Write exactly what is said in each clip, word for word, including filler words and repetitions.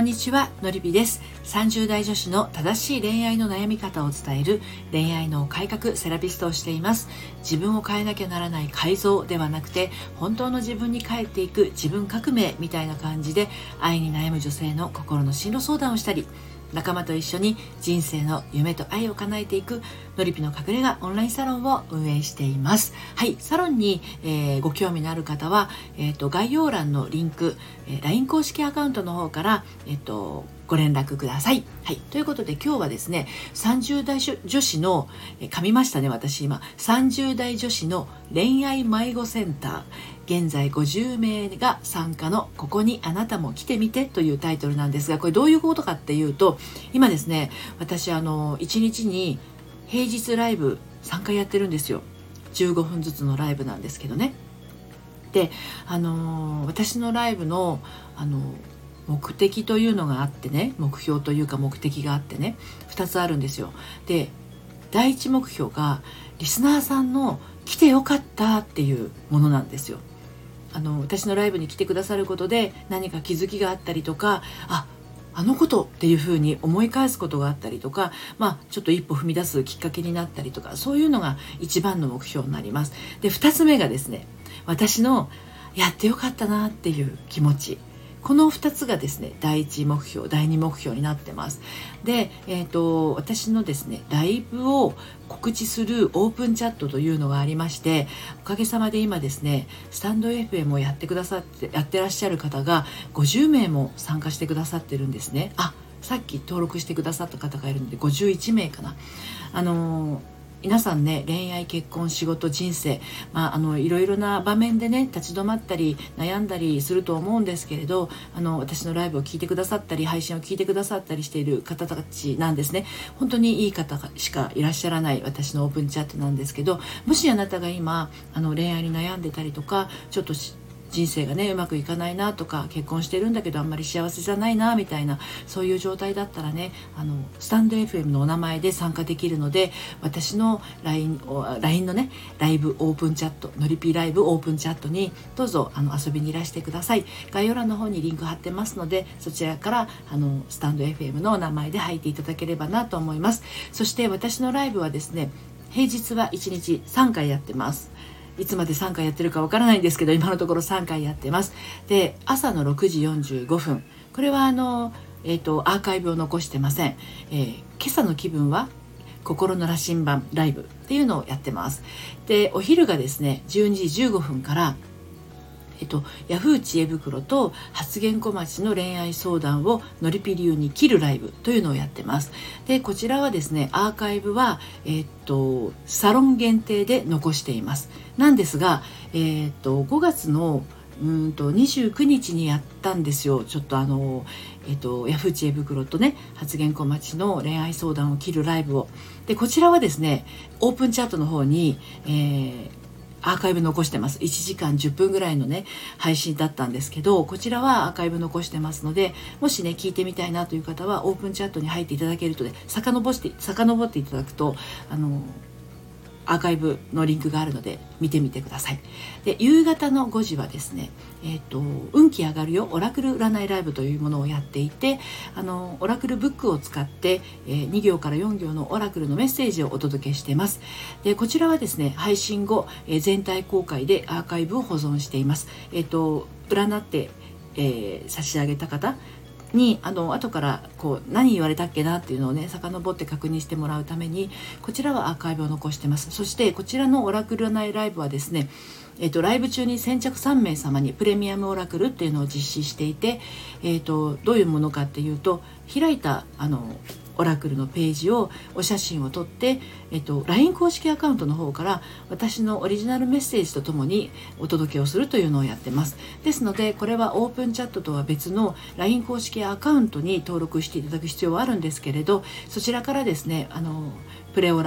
んにちは、のりぴです。さんじゅう代女子の正しい恋愛の悩み方を伝える恋愛の改革セラピストをしています。自分を変えなきゃならない改造ではなくて、本当の自分に帰っていく自分革命みたいな感じで、愛に悩む女性の心の進路相談をしたり、仲間と一緒に人生の夢と愛を叶えていくのりぴの隠れ家オンラインサロンを運営しています。はい、サロンに、えー、ご興味のある方は、えーと、概要欄のリンク、えー、ライン 公式アカウントの方から、えーと、ご連絡ください。はい、ということで今日はですね、さんじゅう代女子の、えー、噛みましたね、私今。さんじゅう代女子の恋愛迷子センター。現在ごじゅうめいが参加のここにあなたも来てみてというタイトルなんですが、これどういうことかっていうと、今ですね、私あのいちにちに平日ライブさんかいやってるんですよ。じゅうごふんずつのライブなんですけどね。で、あの私のライブのあの目的というのがあってね、目標というか目的があってね、ふたつあるんですよ。で、第一目標がリスナーさんの来てよかったっていうものなんですよ。あの私のライブに来てくださることで何か気づきがあったりとか、ああのことっていうふうに思い返すことがあったりとか、まあちょっと一歩踏み出すきっかけになったりとか、そういうのが一番の目標になります。で、二つ目がですね、私のやってよかったなっていう気持ち。このふたつがですね、第一目標、第二目標になってます。で、えーと、私のですね、ライブを告知するオープンチャットというのがありまして、おかげさまで今ですね、スタンド エフエム をやってくださって、やってらっしゃる方がごじゅうめいも参加してくださってるんですね。あ、さっき登録してくださった方がいるのでごじゅういちめいかな。あのー皆さんね、恋愛、結婚、仕事、人生、まあ、あのいろいろな場面でね、立ち止まったり悩んだりすると思うんですけれど、あの私のライブを聞いてくださったり配信を聞いてくださったりしている方たちなんですね。本当にいい方しかいらっしゃらない私のオープンチャットなんですけど、もしあなたが今あの恋愛に悩んでたりとか、ちょっと人生がねうまくいかないなとか、結婚してるんだけどあんまり幸せじゃないなみたいな、そういう状態だったらね、あのスタンド エフエム のお名前で参加できるので、私の ライン, ラインのねライブオープンチャット、のりぴライブオープンチャットにどうぞあの遊びにいらしてください。概要欄の方にリンク貼ってますので、そちらからあのスタンド エフエム のお名前で入っていただければなと思います。そして私のライブはですね、平日はいちにちさんかいやってます。いつまでさんかいやってるかわからないんですけど、今のところさんかいやってます。で、朝のろくじよんじゅうごふん、これはあの、えーと、アーカイブを残してません。えー、今朝の気分は心の羅針盤ライブっていうのをやってます。で、お昼がですねじゅうにじじゅうごふんからえっと、ヤフー知恵袋と発言小町の恋愛相談をのりぴ流に切るライブというのをやってます。で、こちらはですね、アーカイブは、えっと、サロン限定で残しています。なんですが、えっと、ごがつのうんとにじゅうくにちにやったんですよ。ちょっとあの、えっと、ヤフー知恵袋とね、発言小町の恋愛相談を切るライブを。で、こちらはですね、オープンチャットの方に、えーアーカイブ残してます。いちじかんじゅっぷんぐらいのね配信だったんですけど、こちらはアーカイブ残してますので、もしね聞いてみたいなという方はオープンチャットに入っていただけるとね、遡って遡っていただくとあのアーカイブのリンクがあるので見てみてください。で、夕方のごじはですね、えっと運気上がるよオラクル占いライブというものをやっていて、あのオラクルブックを使って、えー、に行からよん行のオラクルのメッセージをお届けしています。で、こちらはですね、配信後、えー、全体公開でアーカイブを保存しています。えっと占って、えー、差し上げた方にあの後からこう何言われたっけなっていうのをね遡って確認してもらうために、こちらはアーカイブを残してます。そしてこちらのオラクル占いライブはですね、えー、とライブ中に先着さんめい様にプレミアムオラクルっていうのを実施していて、えー、とどういうものかっていうと、開いたあのオラクルのページをお写真を撮って、えっと、ライン 公式アカウントの方から私のオリジナルメッセージとともにお届けをするというのをやってます。ですのでこれはオープンチャットとは別の ライン 公式アカウントに登録していただく必要はあるんですけれど、そちらからですねあのプレオラ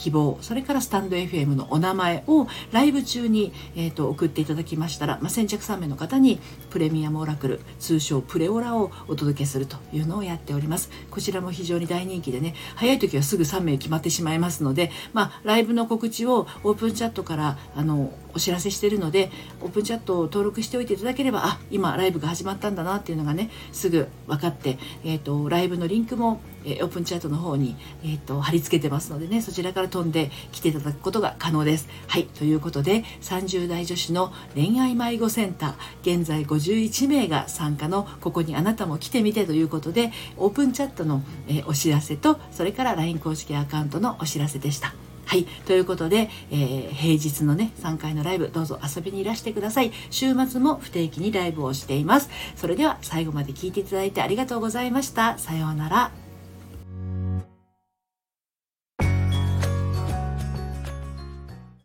希望、それからスタンド エフエム のお名前をライブ中に、えー、と送っていただきましたら、まあ、先着さん名の方にプレミアムオラクル、通称プレオラをお届けするというのをやっております。こちらも非常に大人気でね、早い時はすぐさん名決まってしまいますので、まあ、ライブの告知をオープンチャットからあのお知らせしているので、オープンチャットを登録しておいていただければ、あ、今ライブが始まったんだなっていうのがね、すぐ分かって、えー、とライブのリンクも、えー、オープンチャットの方に、えー、と貼り付けてますのでね、そちらから飛んで来ていただくことが可能です。はい、ということでさんじゅう代女子の恋愛迷子センター、現在ごじゅういち名が参加のここにあなたも来てみてということで、オープンチャットの、えー、お知らせと、それから ライン 公式アカウントのお知らせでした。はい、ということで、えー、平日のねさんかいのライブ、どうぞ遊びにいらしてください。週末も不定期にライブをしています。それでは最後まで聞いていただいてありがとうございました。さようなら。